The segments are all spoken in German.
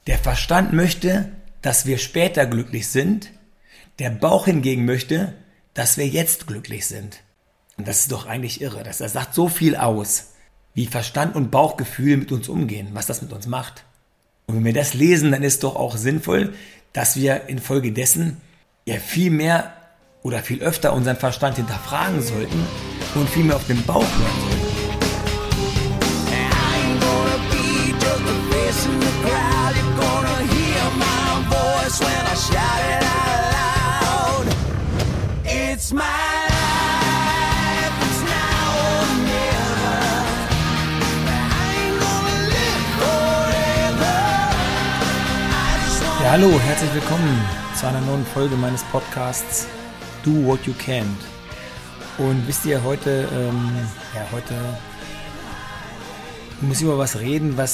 Der Verstand möchte, dass wir später glücklich sind. Der Bauch hingegen möchte, dass wir jetzt glücklich sind. Und das ist doch eigentlich irre. Das sagt so viel aus, wie Verstand und Bauchgefühl mit uns umgehen, was das mit uns macht. Und wenn wir das lesen, dann ist doch auch sinnvoll, dass wir infolgedessen ja viel mehr oder viel öfter unseren Verstand hinterfragen sollten und viel mehr auf den Bauch hören sollten. Ja, hallo, herzlich willkommen zu einer neuen Folge meines Podcasts Do What You Can't. Und wisst ihr, heute muss ich über was reden, was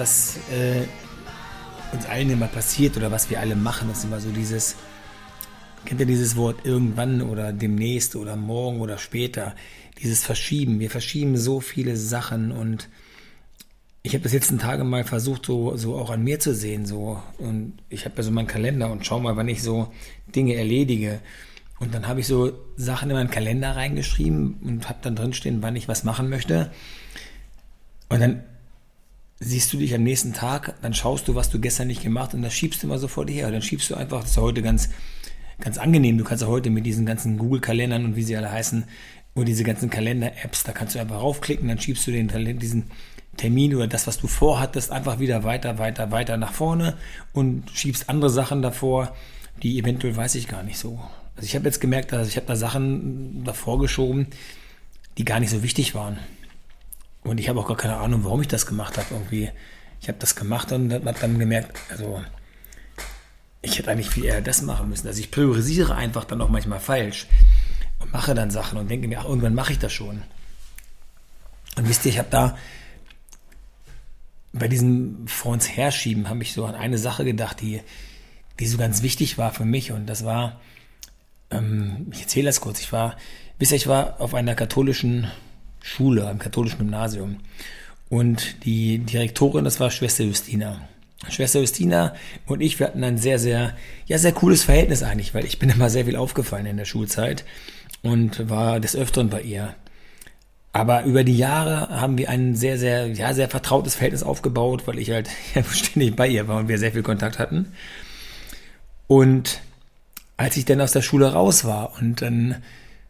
uns allen immer passiert oder was wir alle machen. Das ist immer so dieses, kennt ihr dieses Wort irgendwann oder demnächst oder morgen oder später? Dieses Verschieben. Wir verschieben so viele Sachen und ich habe das letzten Tage mal versucht, so auch an mir zu sehen. So. Und ich habe ja so meinen Kalender und schau mal, wann ich so Dinge erledige. Und dann habe ich so Sachen in meinen Kalender reingeschrieben und habe dann drinstehen, wann ich was machen möchte. Und dann siehst du dich am nächsten Tag, dann schaust du, was du gestern nicht gemacht hast und das schiebst du immer so vor dir her. Und dann schiebst du einfach, das ist ja heute ganz angenehm. Du kannst ja heute mit diesen ganzen Google-Kalendern und wie sie alle heißen und diese ganzen Kalender-Apps, da kannst du einfach raufklicken, dann schiebst du diesen Termin oder das, was du vorhattest, einfach wieder weiter nach vorne und schiebst andere Sachen davor, die eventuell weiß ich gar nicht so. Also ich habe jetzt gemerkt, dass ich habe da Sachen davor geschoben, die gar nicht so wichtig waren. Und ich habe auch gar keine Ahnung, warum ich das gemacht habe. Irgendwie, ich habe das gemacht und habe dann gemerkt, also ich hätte eigentlich viel eher das machen müssen. Also ich priorisiere einfach dann auch manchmal falsch und mache dann Sachen und denke mir, ach, irgendwann mache ich das schon. Und wisst ihr, ich habe da bei diesem vor uns herschieben, habe ich so an eine Sache gedacht, die so ganz wichtig war für mich. Und das war, ich erzähle das kurz, ich war auf einer katholischen Schule, einem katholischen Gymnasium. Und die Direktorin, das war Schwester Justina. Schwester Justina und ich, wir hatten ein sehr, sehr cooles Verhältnis eigentlich, weil ich bin immer sehr viel aufgefallen in der Schulzeit und war des Öfteren bei ihr. Aber über die Jahre haben wir ein sehr, sehr vertrautes Verhältnis aufgebaut, weil ich halt ständig bei ihr war und wir sehr viel Kontakt hatten. Und als ich dann aus der Schule raus war und dann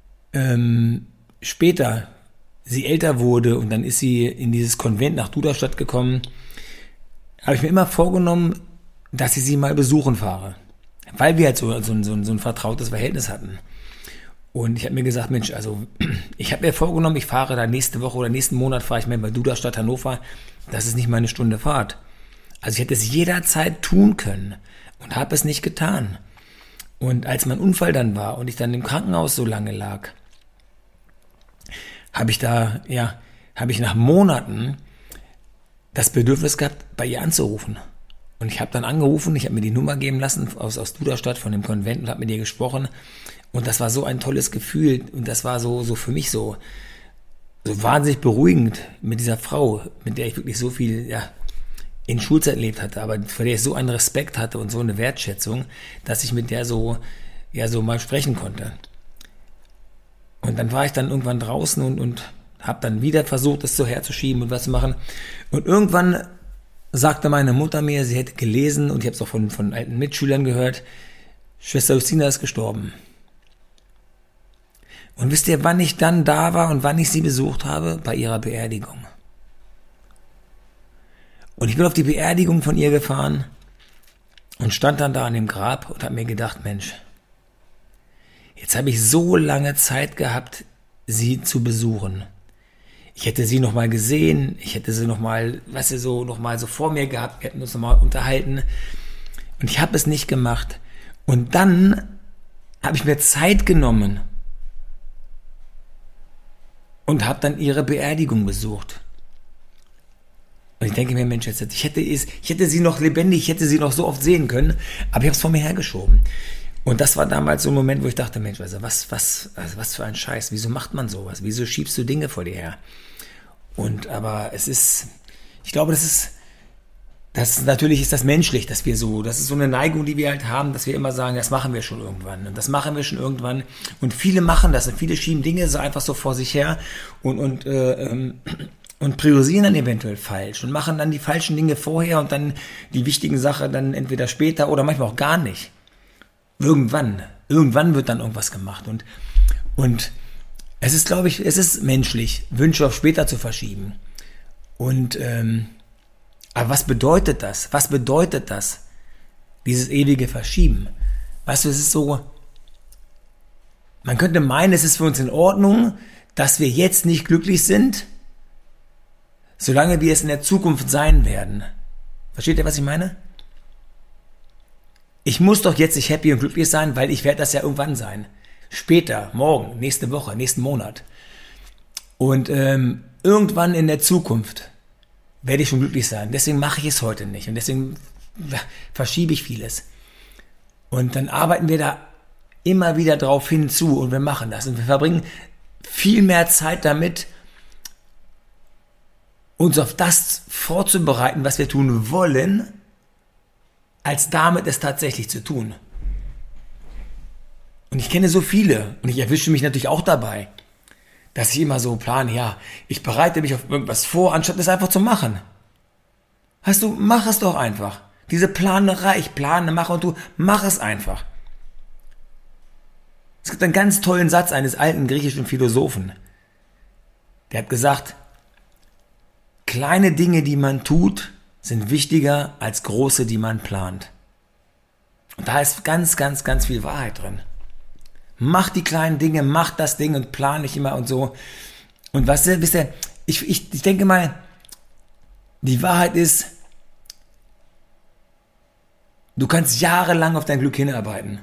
später sie älter wurde und dann ist sie in dieses Konvent nach Duderstadt gekommen, habe ich mir immer vorgenommen, dass ich sie mal besuchen fahre. Weil wir halt so ein vertrautes Verhältnis hatten. Und ich habe mir gesagt, Mensch, also ich habe mir vorgenommen, ich fahre da nächste Woche oder nächsten Monat fahre ich mal bei Duderstadt, Hannover. Das ist nicht mal eine Stunde Fahrt. Also ich hätte es jederzeit tun können und habe es nicht getan. Und als mein Unfall dann war und ich dann im Krankenhaus so lange lag, habe ich nach Monaten das Bedürfnis gehabt, bei ihr anzurufen. Und ich habe dann angerufen, ich habe mir die Nummer geben lassen aus Duderstadt von dem Konvent und habe mit ihr gesprochen. Und das war so ein tolles Gefühl und das war so für mich so wahnsinnig beruhigend mit dieser Frau, mit der ich wirklich so viel in Schulzeit erlebt hatte, aber vor der ich so einen Respekt hatte und so eine Wertschätzung, dass ich mit der so mal sprechen konnte. Und dann war ich dann irgendwann draußen und habe dann wieder versucht, das so herzuschieben und was zu machen. Und irgendwann sagte meine Mutter mir, sie hätte gelesen und ich habe es auch von alten Mitschülern gehört, Schwester Justina ist gestorben. Und wisst ihr, wann ich dann da war und wann ich sie besucht habe? Bei ihrer Beerdigung. Und ich bin auf die Beerdigung von ihr gefahren und stand dann da an dem Grab und habe mir gedacht, Mensch, jetzt habe ich so lange Zeit gehabt, sie zu besuchen. Ich hätte sie noch mal gesehen, ich hätte sie noch mal, noch mal so vor mir gehabt, wir hätten uns noch mal unterhalten. Und ich habe es nicht gemacht. Und dann habe ich mir Zeit genommen und habe dann ihre Beerdigung besucht. Und ich denke mir, Mensch, ich hätte sie noch lebendig, ich hätte sie noch so oft sehen können, aber ich habe es vor mir hergeschoben. Und das war damals so ein Moment, wo ich dachte, Mensch, also was für ein Scheiß, wieso macht man sowas? Wieso schiebst du Dinge vor dir her? Aber ich glaube, das natürlich ist das menschlich, dass wir so, das ist so eine Neigung, die wir halt haben, dass wir immer sagen, das machen wir schon irgendwann und das machen wir schon irgendwann und viele machen das und viele schieben Dinge so einfach so vor sich her und priorisieren dann eventuell falsch und machen dann die falschen Dinge vorher und dann die wichtigen Sachen dann entweder später oder manchmal auch gar nicht. Irgendwann wird dann irgendwas gemacht und es ist, glaube ich, es ist menschlich, Wünsche auf später zu verschieben und aber was bedeutet das? Was bedeutet das? Dieses ewige Verschieben. Weißt du, es ist so, man könnte meinen, es ist für uns in Ordnung, dass wir jetzt nicht glücklich sind, solange wir es in der Zukunft sein werden. Versteht ihr, was ich meine? Ich muss doch jetzt nicht happy und glücklich sein, weil ich werde das ja irgendwann sein. Später, morgen, nächste Woche, nächsten Monat. Und irgendwann in der Zukunft werde ich schon glücklich sein. Deswegen mache ich es heute nicht. Und deswegen verschiebe ich vieles. Und dann arbeiten wir da immer wieder drauf hinzu und wir machen das. Und wir verbringen viel mehr Zeit damit, uns auf das vorzubereiten, was wir tun wollen, als damit es tatsächlich zu tun. Und ich kenne so viele und ich erwische mich natürlich auch dabei, dass ich immer so plane, ja, ich bereite mich auf irgendwas vor, anstatt es einfach zu machen. Mach es doch einfach. Diese Planerei, ich plane, mache und du, mach es einfach. Es gibt einen ganz tollen Satz eines alten griechischen Philosophen. Der hat gesagt, kleine Dinge, die man tut, sind wichtiger als große, die man plant. Und da ist ganz, ganz, ganz viel Wahrheit drin. Mach die kleinen Dinge, mach das Ding und plan nicht immer und so. Und wisst ihr, ich denke mal, die Wahrheit ist, du kannst jahrelang auf dein Glück hinarbeiten.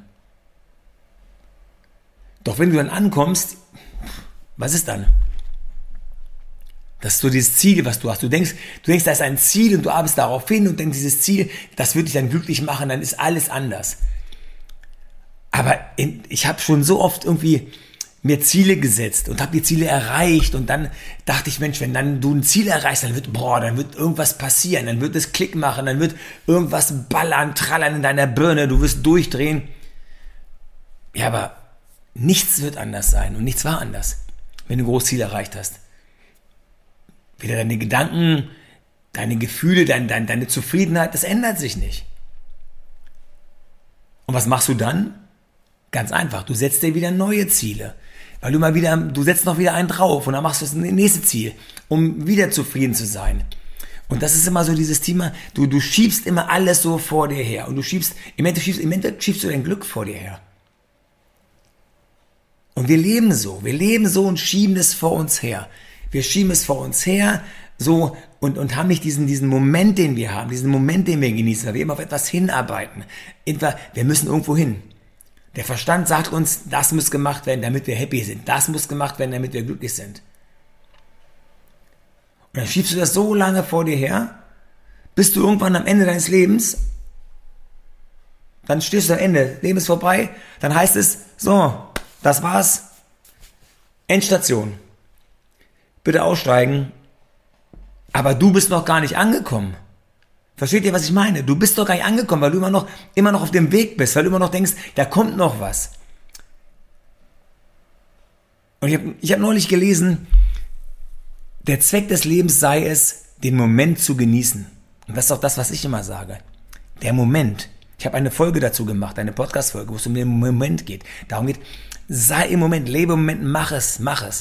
Doch wenn du dann ankommst, was ist dann? Das ist so dieses Ziel, was du hast. Du denkst, da ist ein Ziel und du arbeitest darauf hin und denkst, dieses Ziel, das wird dich dann glücklich machen, dann ist alles anders. Aber ich habe schon so oft irgendwie mir Ziele gesetzt und habe die Ziele erreicht und dann dachte ich, Mensch, wenn dann du ein Ziel erreichst, dann wird irgendwas passieren, dann wird es Klick machen, dann wird irgendwas ballern, trallern in deiner Birne, du wirst durchdrehen. Ja, aber nichts wird anders sein und nichts war anders, wenn du ein großes Ziel erreicht hast. Weder deine Gedanken, deine Gefühle, deine Zufriedenheit, das ändert sich nicht. Und was machst du dann? Ganz einfach, du setzt dir wieder neue Ziele, weil du setzt noch wieder einen drauf und dann machst du das nächste Ziel, um wieder zufrieden zu sein. Und das ist immer so dieses Thema, du schiebst immer alles so vor dir her und im Endeffekt schiebst du dein Glück vor dir her. Und wir leben so und schieben es vor uns her. Wir schieben es vor uns her, so, und haben nicht diesen Moment, den wir haben, diesen Moment, den wir genießen, weil wir immer auf etwas hinarbeiten. Wir müssen irgendwo hin. Der Verstand sagt uns, das muss gemacht werden, damit wir happy sind. Das muss gemacht werden, damit wir glücklich sind. Und dann schiebst du das so lange vor dir her, bis du irgendwann am Ende deines Lebens, dann stehst du am Ende, Leben ist vorbei, dann heißt es, so, das war's, Endstation. Bitte aussteigen, aber du bist noch gar nicht angekommen. Versteht ihr, was ich meine? Du bist doch gar nicht angekommen, weil du immer noch auf dem Weg bist, weil du immer noch denkst, da kommt noch was. Und ich hab neulich gelesen, der Zweck des Lebens sei es, den Moment zu genießen. Und das ist auch das, was ich immer sage. Der Moment. Ich habe eine Folge dazu gemacht, eine Podcast-Folge, wo es um den Moment geht. Darum geht, sei im Moment, lebe im Moment, mach es.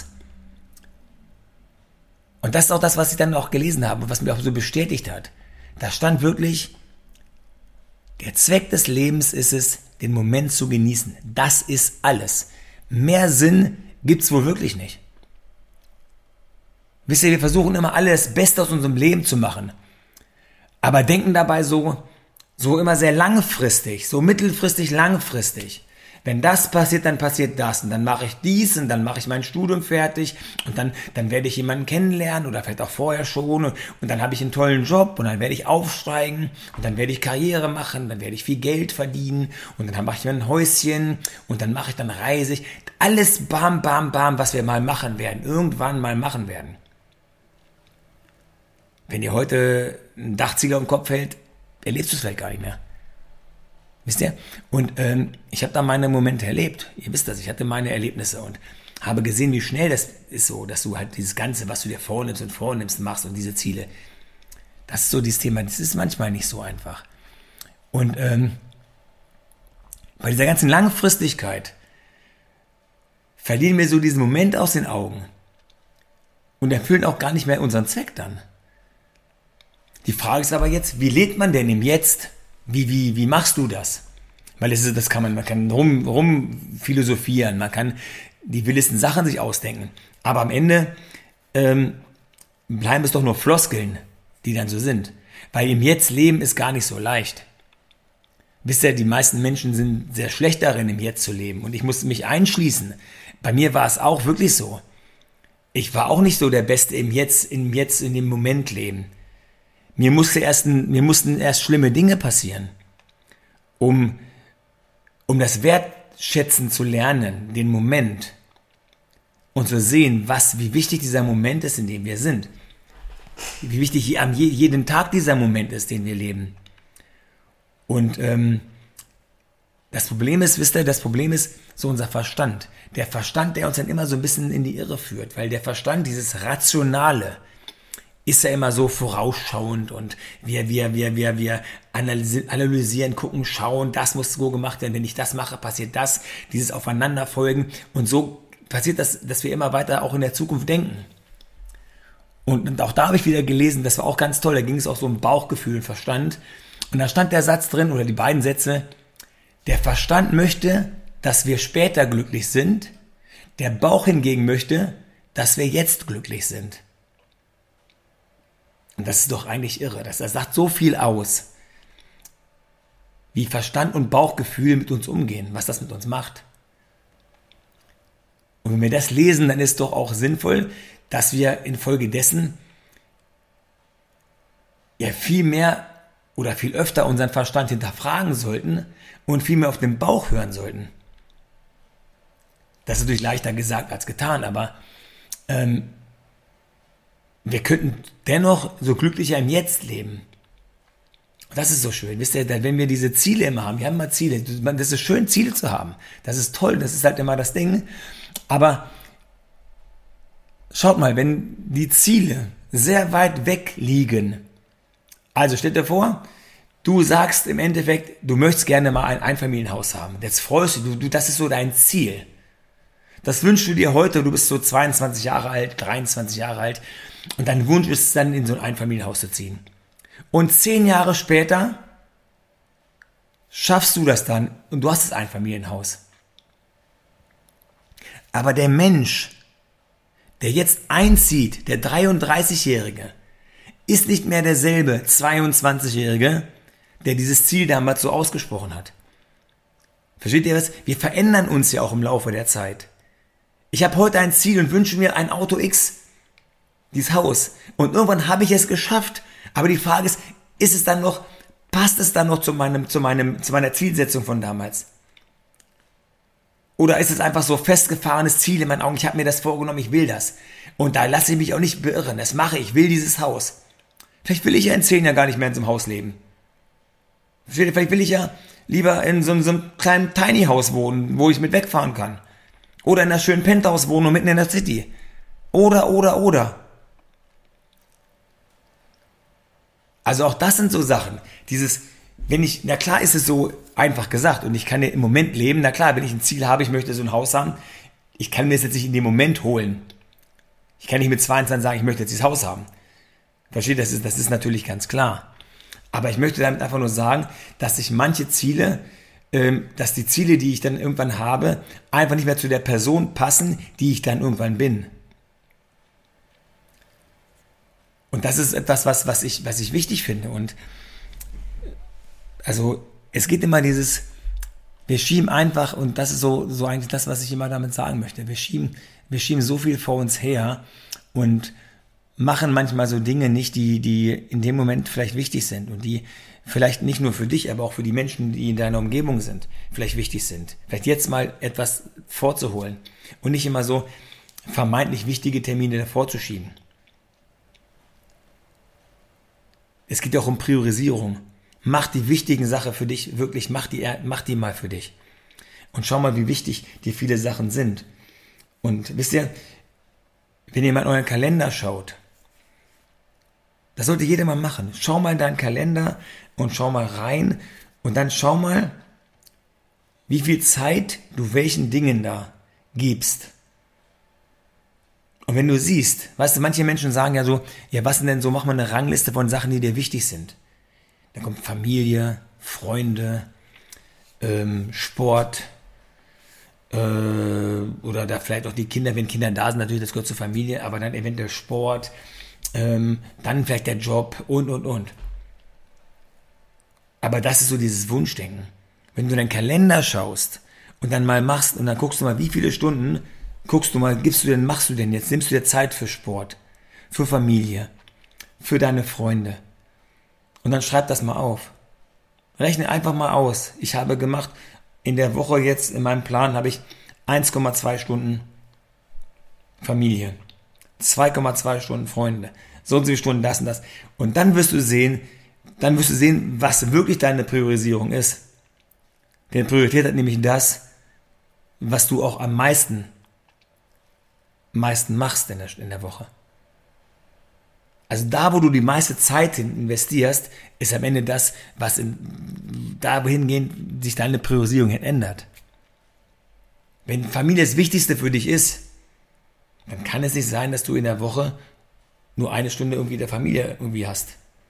Und das ist auch das, was ich dann auch gelesen habe, was mir auch so bestätigt hat. Da stand wirklich, der Zweck des Lebens ist es, den Moment zu genießen. Das ist alles. Mehr Sinn gibt's wohl wirklich nicht. Wisst ihr, wir versuchen immer alles Beste aus unserem Leben zu machen. Aber denken dabei so immer sehr langfristig, so mittelfristig, langfristig. Wenn das passiert, dann passiert das. Und dann mache ich dies und dann mache ich mein Studium fertig und dann werde ich jemanden kennenlernen oder vielleicht auch vorher schon und dann habe ich einen tollen Job und dann werde ich aufsteigen und dann werde ich Karriere machen, dann werde ich viel Geld verdienen und dann mache ich mir ein Häuschen und dann reise ich. Alles bam, bam, bam, was wir mal machen werden, irgendwann mal machen werden. Wenn dir heute ein Dachzieher im Kopf fällt, erlebst du es vielleicht gar nicht mehr. Wisst ihr? Und ich habe da meine Momente erlebt. Ihr wisst das, ich hatte meine Erlebnisse und habe gesehen, wie schnell das ist so, dass du halt dieses Ganze, was du dir vornimmst, machst und diese Ziele. Das ist so dieses Thema, das ist manchmal nicht so einfach. Und bei dieser ganzen Langfristigkeit verlieren wir so diesen Moment aus den Augen und erfüllen auch gar nicht mehr unseren Zweck dann. Die Frage ist aber jetzt, wie lebt man denn im Jetzt? Wie machst du das? Weil man kann rum philosophieren, man kann die wildesten Sachen sich ausdenken. Aber am Ende bleiben es doch nur Floskeln, die dann so sind. Weil im Jetzt leben ist gar nicht so leicht. Wisst ihr, die meisten Menschen sind sehr schlecht darin, im Jetzt zu leben. Und ich musste mich einschließen. Bei mir war es auch wirklich so. Ich war auch nicht so der Beste im Jetzt, in dem Moment leben. Mir mussten erst schlimme Dinge passieren, um das Wertschätzen zu lernen, den Moment. Und zu sehen, wie wichtig dieser Moment ist, in dem wir sind. Wie wichtig jeden Tag dieser Moment ist, den wir leben. Und das Problem ist so unser Verstand. Der Verstand, der uns dann immer so ein bisschen in die Irre führt, weil der Verstand, dieses Rationale, ist ja immer so vorausschauend und wir analysieren, gucken, schauen, das muss so gemacht werden, wenn ich das mache, passiert das, dieses Aufeinanderfolgen und so passiert das, dass wir immer weiter auch in der Zukunft denken. Und auch da habe ich wieder gelesen, das war auch ganz toll, da ging es auch so um Bauchgefühl und Verstand. Und da stand der Satz drin, oder die beiden Sätze, der Verstand möchte, dass wir später glücklich sind, der Bauch hingegen möchte, dass wir jetzt glücklich sind. Und das ist doch eigentlich irre, das sagt so viel aus, wie Verstand und Bauchgefühl mit uns umgehen, was das mit uns macht. Und wenn wir das lesen, dann ist doch auch sinnvoll, dass wir infolgedessen ja viel mehr oder viel öfter unseren Verstand hinterfragen sollten und viel mehr auf den Bauch hören sollten. Das ist natürlich leichter gesagt als getan, aber wir könnten dennoch so glücklicher im Jetzt leben. Und das ist so schön. Wisst ihr, wenn wir diese Ziele immer haben, wir haben immer Ziele, das ist schön, Ziele zu haben. Das ist toll, das ist halt immer das Ding. Aber schaut mal, wenn die Ziele sehr weit weg liegen, also stell dir vor, du sagst im Endeffekt, du möchtest gerne mal ein Einfamilienhaus haben. Jetzt freust du, das ist so dein Ziel. Das wünschst du dir heute, du bist so 22 Jahre alt, 23 Jahre alt und dein Wunsch ist es dann, in so ein Einfamilienhaus zu ziehen. Und 10 Jahre später schaffst du das dann und du hast das Einfamilienhaus. Aber der Mensch, der jetzt einzieht, der 33-Jährige, ist nicht mehr derselbe 22-Jährige, der dieses Ziel damals so ausgesprochen hat. Versteht ihr was? Wir verändern uns ja auch im Laufe der Zeit. Ich habe heute ein Ziel und wünsche mir ein Auto X, dieses Haus. Und irgendwann habe ich es geschafft. Aber die Frage ist, passt es dann noch zu meiner Zielsetzung von damals? Oder ist es einfach so festgefahrenes Ziel in meinen Augen? Ich habe mir das vorgenommen, ich will das. Und da lasse ich mich auch nicht beirren. Das mache ich, will dieses Haus. Vielleicht will ich ja in 10 Jahren gar nicht mehr in so einem Haus leben. Vielleicht will ich ja lieber in so einem kleinen Tiny House wohnen, wo ich mit wegfahren kann. Oder in einer schönen Penthouse-Wohnung mitten in der City. Oder. Also auch das sind so Sachen. Na klar ist es so einfach gesagt und ich kann ja im Moment leben. Na klar, wenn ich ein Ziel habe, ich möchte so ein Haus haben, ich kann mir das jetzt nicht in dem Moment holen. Ich kann nicht mit 22 sagen, ich möchte jetzt dieses Haus haben. Versteht, das ist natürlich ganz klar. Aber ich möchte damit einfach nur sagen, dass sich manche Ziele, dass die Ziele, die ich dann irgendwann habe, einfach nicht mehr zu der Person passen, die ich dann irgendwann bin. Und das ist etwas, was ich wichtig finde. Und also es geht immer wir schieben einfach, und das ist so eigentlich das, was ich immer damit sagen möchte. Wir schieben so viel vor uns her und machen manchmal so Dinge nicht, die in dem Moment vielleicht wichtig sind und die vielleicht nicht nur für dich, aber auch für die Menschen, die in deiner Umgebung sind, vielleicht wichtig sind. Vielleicht jetzt mal etwas vorzuholen und nicht immer so vermeintlich wichtige Termine davor zu schieben. Es geht ja auch um Priorisierung. Mach die wichtigen Sachen für dich, wirklich, mach die mal für dich. Und schau mal, wie wichtig die viele Sachen sind. Und wisst ihr, wenn ihr mal in euren Kalender schaut, das sollte jeder mal machen. Schau mal in deinen Kalender und schau mal rein und dann schau mal, wie viel Zeit du welchen Dingen da gibst. Und wenn du siehst, weißt du, manche Menschen sagen ja so, ja, was denn so, mach mal eine Rangliste von Sachen, die dir wichtig sind. Dann kommt Familie, Freunde, Sport, oder da vielleicht auch die Kinder, wenn Kinder da sind, natürlich, das gehört zur Familie, aber dann eventuell Sport, dann vielleicht der Job und. Aber das ist so dieses Wunschdenken. Wenn du deinen Kalender schaust und dann mal machst und dann guckst du mal, wie viele Stunden machst du denn jetzt? Nimmst du dir Zeit für Sport, für Familie, für deine Freunde und dann schreib das mal auf. Rechne einfach mal aus. Ich habe gemacht, in der Woche jetzt, in meinem Plan habe ich 1,2 Stunden Familie, 2,2 Stunden Freunde, so und so viele Stunden das und das. Und dann wirst du sehen, was wirklich deine Priorisierung ist. Denn Priorität hat nämlich das, was du auch am meisten machst in der Woche. Also da, wo du die meiste Zeit investierst, ist am Ende das, was dahingehend sich deine Priorisierung ändert. Wenn Familie das Wichtigste für dich ist, dann kann es nicht sein, dass du in der Woche nur eine Stunde irgendwie der Familie irgendwie hast.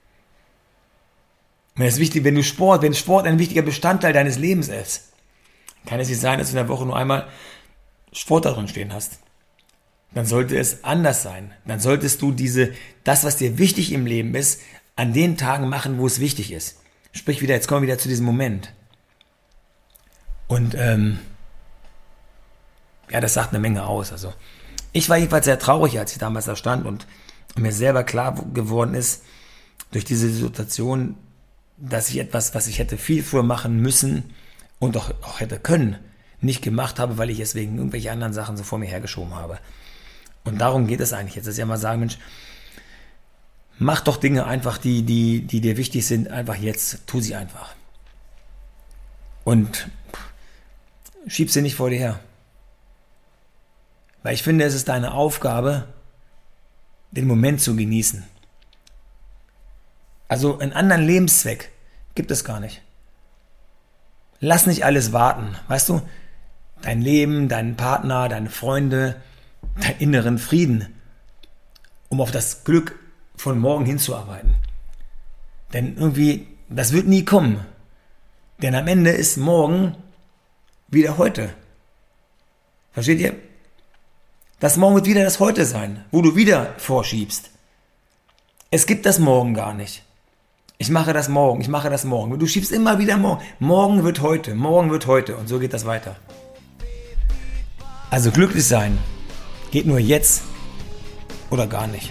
Wenn Sport ein wichtiger Bestandteil deines Lebens ist, kann es nicht sein, dass du in der Woche nur einmal Sport darin stehen hast. Dann sollte es anders sein. Dann solltest du das, was dir wichtig im Leben ist, an den Tagen machen, wo es wichtig ist. Sprich jetzt kommen wir wieder zu diesem Moment. Und das sagt eine Menge aus. Also ich war jedenfalls sehr traurig, als ich damals da stand und mir selber klar geworden ist, durch diese Situation, dass ich etwas, was ich hätte viel früher machen müssen und auch hätte können, nicht gemacht habe, weil ich es wegen irgendwelcher anderen Sachen so vor mir hergeschoben habe. Und darum geht es eigentlich jetzt, dass ich mal sagen, Mensch, mach doch Dinge einfach, die dir wichtig sind, einfach jetzt, tu sie einfach. Und schieb sie nicht vor dir her. Weil ich finde, es ist deine Aufgabe, den Moment zu genießen. Also einen anderen Lebenszweck gibt es gar nicht. Lass nicht alles warten, weißt du? Dein Leben, deinen Partner, deine Freunde, deinen inneren Frieden, um auf das Glück von morgen hinzuarbeiten. Denn irgendwie, das wird nie kommen. Denn am Ende ist morgen wieder heute. Versteht ihr? Das Morgen wird wieder das Heute sein, wo du wieder vorschiebst. Es gibt das Morgen gar nicht. Ich mache das morgen. Du schiebst immer wieder morgen. Morgen wird heute und so geht das weiter. Also glücklich sein geht nur jetzt oder gar nicht.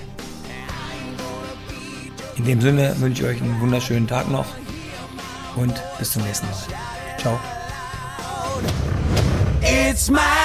In dem Sinne wünsche ich euch einen wunderschönen Tag noch und bis zum nächsten Mal. Ciao. It's my